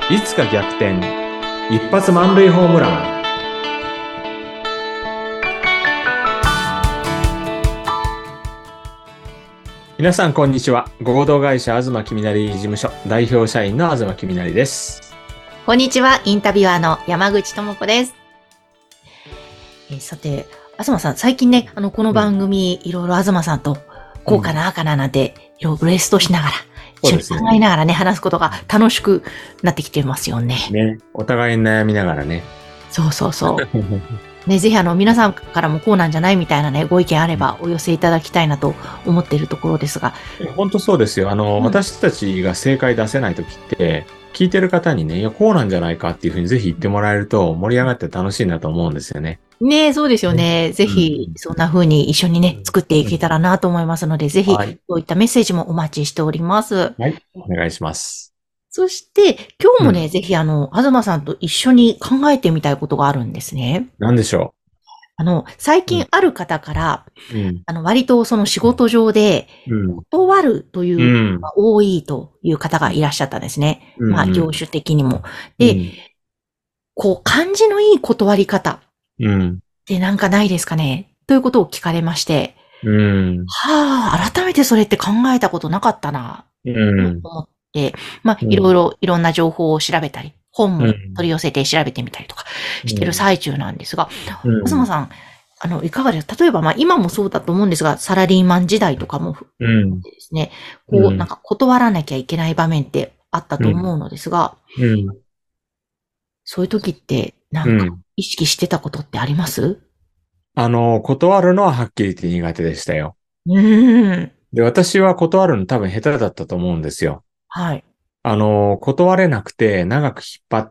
いつか逆転、一発満塁ホームラン。皆さんこんにちは。合同会社東きみなり事務所代表社員の東きみなりです。 こんにちは。インタビュアーの山口智子です。さて、東さん、最近ね、この番組、いろいろ東さんと、こうかな、ああかななんて、いろいろブレストしながら、一緒に考えながらね、話すことが楽しくなってきてますよね。 ね、お互いに悩みながらね。 そうそうそう。ね、ぜひ皆さんからもこうなんじゃないみたいなね、ご意見あればお寄せいただきたいなと思っているところですが。 本当そうですよ。私たちが正解出せないときって、聞いてる方にね、いや、こうなんじゃないかっていうふうにぜひ言ってもらえると盛り上がって楽しいなと思うんですよね。 ねえ、そうですよね。ぜひ、そんな風に一緒にね、作っていけたらなと思いますので、ぜひ、そういったメッセージもお待ちしております。 はい、お願いします。 そして、今日もね、ぜひ東さんと一緒に考えてみたいことがあるんですね。 何でしょ最近ある方から、 う。 割とその仕事上で、断るというのが多いという方がいらっしゃったんですね。まあ、業種的にも。で、こう、感じのいい断り方ってなんかないですかねということを聞かれまして、はあ、改めてそれって考えたことなかったな、と思って、まあ、いろんな情報を調べたり、本も取り寄せて調べてみたりとかしてる最中なんですが、東さん、いかがですか？例えば、まあ、今もそうだと思うんですが、サラリーマン時代とかもですね、こう、なんか断らなきゃいけない場面ってあったと思うのですが、そういう時って、なんか、意識してたことってあります？ 断るのははっきり言って苦手でしたよ。で、私は断るの多分下手だったと思うんですよ。 はい。 断れなくて長く引っ張って、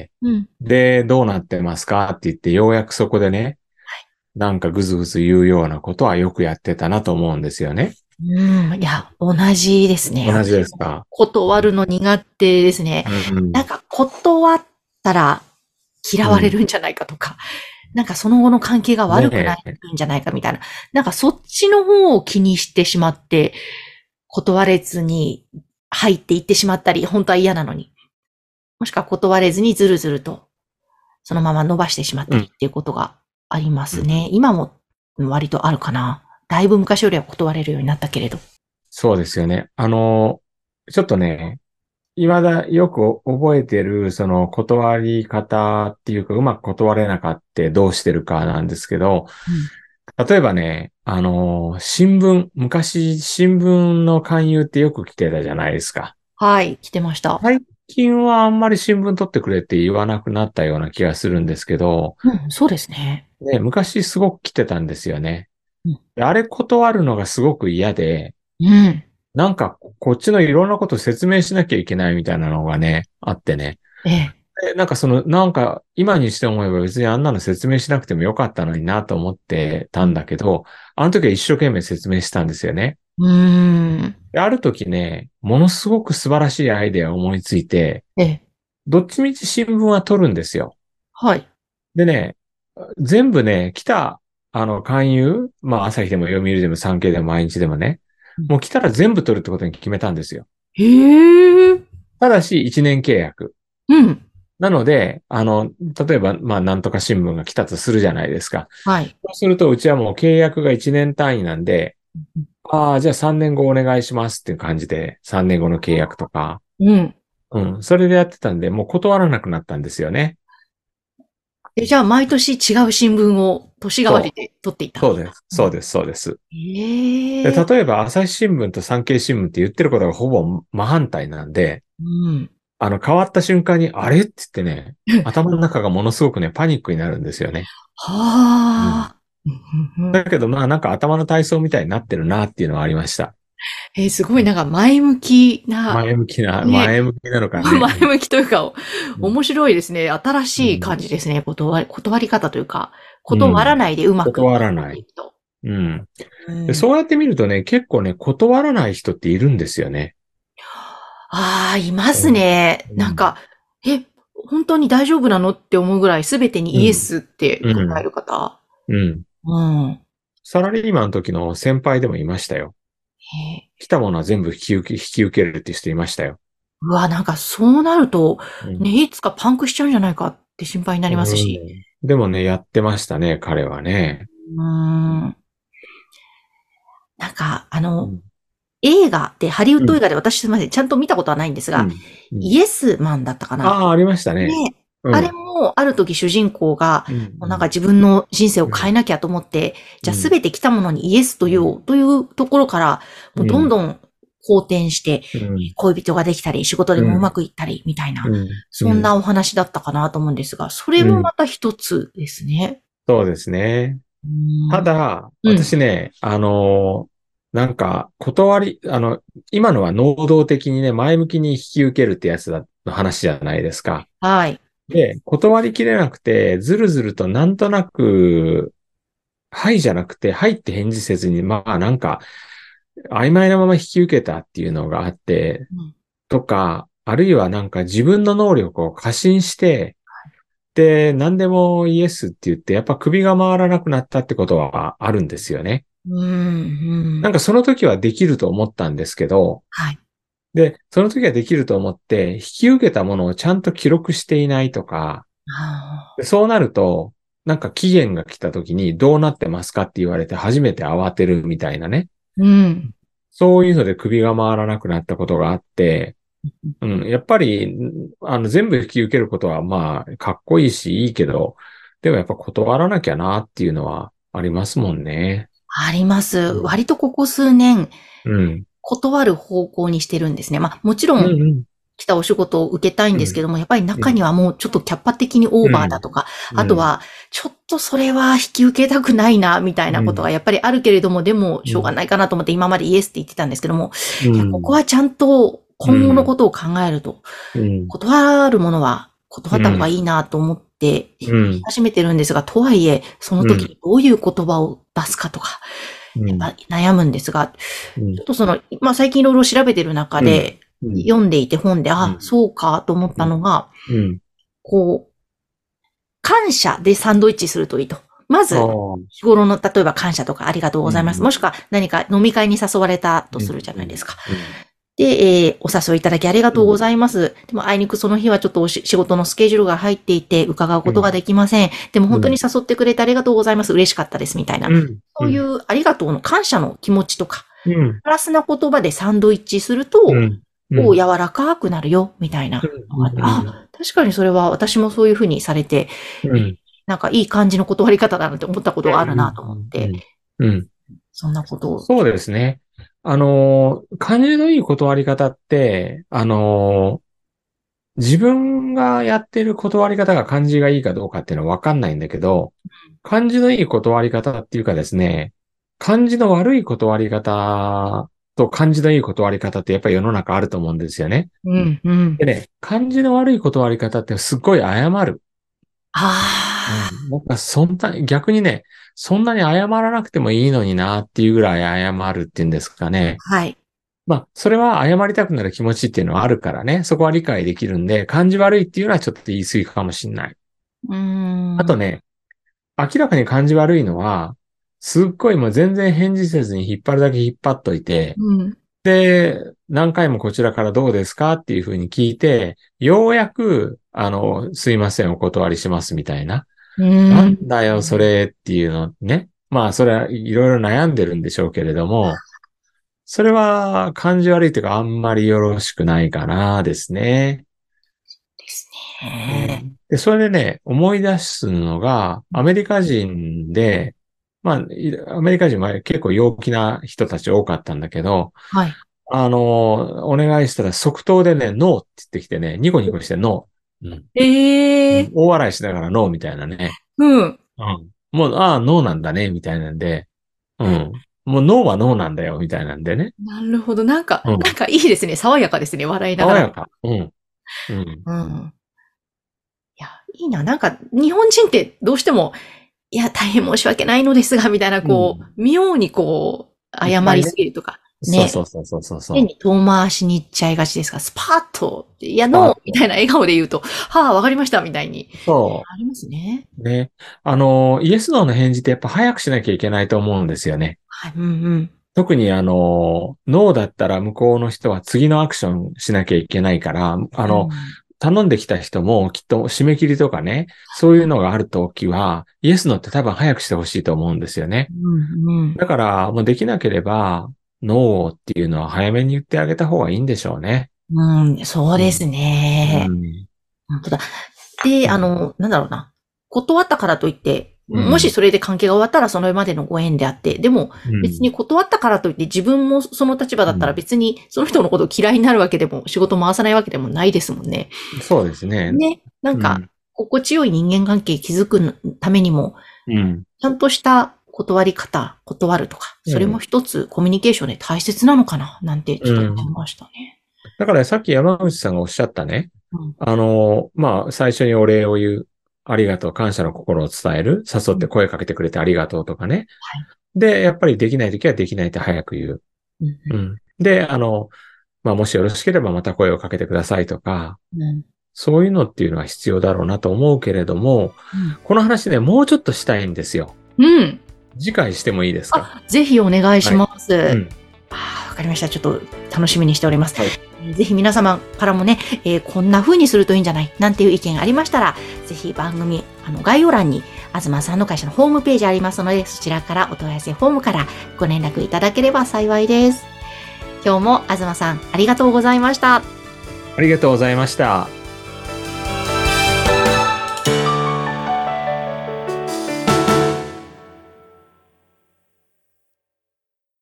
で、どうなってますかって言って、ようやくそこでね、なんかぐずぐず言うようなことはよくやってたなと思うんですよね。 いや、同じですね。 同じですか？ 断るの苦手ですね。なんか断ったら嫌われるんじゃないかとか、なんかその後の関係が悪くなるんじゃないかみたいな、なんかそっちの方を気にしてしまって、断れずに入っていってしまったり、本当は嫌なのに。もしくは断れずにずるずると、そのまま伸ばしてしまったりっていうことがありますね。今も割とあるかな。だいぶ昔よりは断れるようになったけれど。 そうですよね。ちょっとね、未だよく覚えてる、その断り方っていうか、うまく断れなかったどうしてるかなんですけど、例えばね、昔新聞の勧誘ってよく来てたじゃないですか。 はい、来てました。 最近はあんまり新聞取ってくれって言わなくなったような気がするんですけど、 そうですね。 ね、昔すごく来てたんですよね。あれ断るのがすごく嫌で、なんかこっちのいろんなこと説明しなきゃいけないみたいなのがね、あってね。なんか今にして思えば別にあんなの説明しなくてもよかったのになと思ってたんだけど、あの時は一生懸命説明したんですよね。ある時ね、ものすごく素晴らしいアイデアを思いついて、どっちみち新聞は取るんですよ。 はい。 でね、全部ね、来た、勧誘、まあ朝日でも読売でも産経でも毎日でもね、もう来たら全部取るってことに決めたんですよ。ただし、1年契約。なので、例えば、まあ、なんとか新聞が来たとするじゃないですか。 はい。 そうすると、うちはもう契約が1年単位なんで、ああ、じゃあ3年後お願いしますっていう感じで、3年後の契約とか、それでやってたんで、もう断らなくなったんですよね。 じゃあ、毎年違う新聞を年替わりで取っていた。 そうです。そうです。そうです。で、 で、 例えば、朝日新聞と産経新聞って言ってることがほぼ真反対なんで、変わった瞬間に、あれって言ってね、頭の中がものすごくね、パニックになるんですよね。 はあ。 だけど、まあなんか頭の体操みたいになってるなっていうのはありました。 すごいなんか前向きな、 前向きなのかね。 前向きというか、面白いですね。新しい感じですね。断り方というか、断らないでうまく断らない。 と。 でそうやって見るとね、結構ね、断らない人っているんですよね。 ああ、いますね。なんか、本当に大丈夫なのって思うぐらい全てにイエスって答える方。 サラリーマンの時の先輩でもいましたよ。来たものは全部引き受けるっていう人いましたよ。 うわ、なんかそうなると、 うん。 ね、いつかパンクしちゃうんじゃないかって心配になりますし。 でもね、やってましたね、彼はね。 うーん。なんか、 うん。 映画で、ハリウッうん。 ド映画で私すみません、ちゃんと見たことはないんですが、 うん。うん。 イエスマンだったかな。 ああ、ありましたね。 ね、あれうん。 も、ある時主人公が、 うん。 もうなんか自分の人生をうん。 変えなきゃと思って、じゃあすうん。 べて来たものにイエスと言おうというところから、もうどんうん。 どん好転して、 うん。 恋人ができたり、仕事でもうまくいったり、みたいな、 うん。うん。 そんなお話だったかなと思うんですが、それうん。 もまた一つですね。 そうですね。 うーん。 ただ、 うん。 私ね、なんか、断り、今のは能動的にね、前向きに引き受けるってやつの話じゃないですか。 はい。 で、断りきれなくて、ずるずるとなんとなく、はいじゃなくて、はいって返事せずに、まあなんか、曖昧なまま引き受けたっていうのがあって、 うん。 とか、あるいはなんか自分の能力を過信して、で、何でもイエスって言って、やっぱ首が回らなくなったってことはあるんですよね。 うん。うん。 なんかその時はできると思ったんですけど、 はい。 で、その時はできると思って、引き受けたものをちゃんと記録していないとか、 あでそうなると、なんか期限が来た時にどうなってますかって言われて初めて慌てるみたいなね。 ーうん。 そういうので首が回らなくなったことがあって、うん、やっぱり、全部引き受けることはまあ、かっこいいしいいけど、でもやっぱ断らなきゃなっていうのはありますもんね。 あります。 うん。 割とここ数年、 うん。 断る方向にしてるんですね。まあ、もちろうん。 ん、 うん。 来たお仕事を受けたいんうん。 ですけども、やっぱりうん。 中にはもうちょっとキャパ的にオーうん。 バーだとか、 うん。 あとは、ちょっとそれは引き受けたくないな、みたいなことがやっぱりあるけれども、でも、しょうがないかなと思って今までイエスって言ってたんですけども、いや、ここうん。 はちゃんとう今後のん。 ことを考えると、 うん。 断るものは断った方がうん。 いいなと思って言いうん。 始めてるんですが、とはいえ、そのうん。 時にどういう言葉を出すかとか、 うん。 やっぱ悩むんですが、 うん。 ちょっとまあ、最近いろいろ調べてる中うん。 で、 うん。 読んでいて本で、あ、 うん。 そうかと思ったのが、 うん。 こう、感謝でサンドイッチするといいと。まあず、 あ。 日頃の、例えば感謝とかありがとうございます。 うん。 もしくは何か飲み会に誘われたとうん。 するじゃうん。 ないですか。 うん。 で、お誘いいただきありがとうごうん。 ざいます。でも、あいにくその日はちょっと仕事のスケジュールが入っていて、伺うことができません。でも本当に誘ってくれてありがとうございます。嬉しかったです。みたいな。 うん。 そういうありがとうの感謝の気持ちとか、 うん。 プラスな言葉でサンドイッチすると、 うん。うん。 こう柔らかくなるよ、みたいなのがあって、 うん。 あ、確かにそれは私もそういうふうにされて、 うん。 なんかいい感じの断り方だなって思ったことがあるなと思って、 うん。うん。 そんなことを。 そうですね。感じのいい断り方って、自分がやってる断り方が感じがいいかどうかっていうのはわかんないんだけど、感じのいい断り方っていうかですね、感じの悪い断り方と感じのいい断り方ってやっぱり世の中あると思うんですよね。 うん、うん。 でね、感じの悪い断り方ってすっごい謝る。うあん。なんか逆にね、そんなに謝らなくてもいいのになっていうぐらい謝るっていうんですかね。 あ、はい。 まあ、それは謝りたくなる気持ちっていうのはあるからね、そこは理解できるんで、感じ悪いっていうのはちょっと言い過ぎかもしれない。 うーん。 あとね、明らかに感じ悪いのは、すっごいもう全然返事せずに引っ張るだけ引っ張っといて、 うん。 で、何回もこちらからどうですかっていうふうに聞いて、ようやく、すいません、お断りしますみたいな。 うなんーん。 だよ、それっていうのね。まあ、それはいろいろ悩んでるんでしょうけれども、それは感じ悪いというか、あんまりよろしくないかなですね。 ですうね。 ん。で、それでね、思い出すのが、アメリカ人で、まあ、アメリカ人は結構陽気な人たち多かったんだけど、 はい。 お願いしたら即答でね、ノーって言ってきてね、ニコニコしてノー。うん。 ええ大笑いしながらノーみたいなね。 うん。 うん。もう、ああ、ノーなんだね、みたいなんで、うん。もうノーはノーなんだよ、みたいなんでね。 なるほど。なんか、 うん。 なんかいいですね。爽やかですね。笑いながら。 爽やか。うん。うん。 うん。いや、いいな。なんか、日本人ってどうしても、いや、大変申し訳ないのですが、みたいな、 うん。 妙に謝りいっぱいね。 すぎるとか、 そうね。 そうそうそうそうそ変に遠回しに行っちゃいがちですが、スパーッと、いや、 う。 ノーみたいな笑顔で言うと、はあ、わかりました、みたいに。 そありますね。 う。ね。イエス・ノーの返事ってやっぱ早くしなきゃいけないと思うんですよね。 はい、うんうん。 特にノーだったら向こうの人は次のアクションしなきゃいけないから、頼んできた人もきっと締め切りとかね、そういうのがあるときは、イエスノーって多分早くしてほしいと思うんですよね。だから、もうできなければ、ノーっていうのは早めに言ってあげた方がいいんでしょうね。 そうですね。本当だ。で、なんだろうな。断ったからといって、もしそれで関係が終わったらそのまでのご縁であって、でも別に断ったからといって自分もその立場だったら別にその人のことを嫌いになるわけでも仕事回さないわけでもないですもんね。 そうですね。 ね。なんか、心地よい人間関係築くためにも、ちゃんとした断り方、断るとか、それも一つコミュニケーションで大切なのかな、なんてちょっと思いましたね。 だからさっき山口さんがおっしゃったね。最初にお礼を言う。ありがとう、感謝の心を伝える。誘って声かけてくれてありがとうとかね。で、やっぱりできないときはできないって早く言う。で、もしよろしければまた声をかけてくださいとか、そういうのっていうのは必要だろうなと思うけれども、この話ね、もうちょっとしたいんですよ。次回してもいいですか？ ぜひお願いします。わかりました。ちょっと楽しみにしております。ぜひ皆様からもね、こんな風にするといいんじゃないなんていう意見がありましたら、ぜひ番組、概要欄に、東さんの会社のホームページありますので、そちらからお問い合わせフォームからご連絡いただければ幸いです。今日も東さん、ありがとうございました。 ありがとうございました。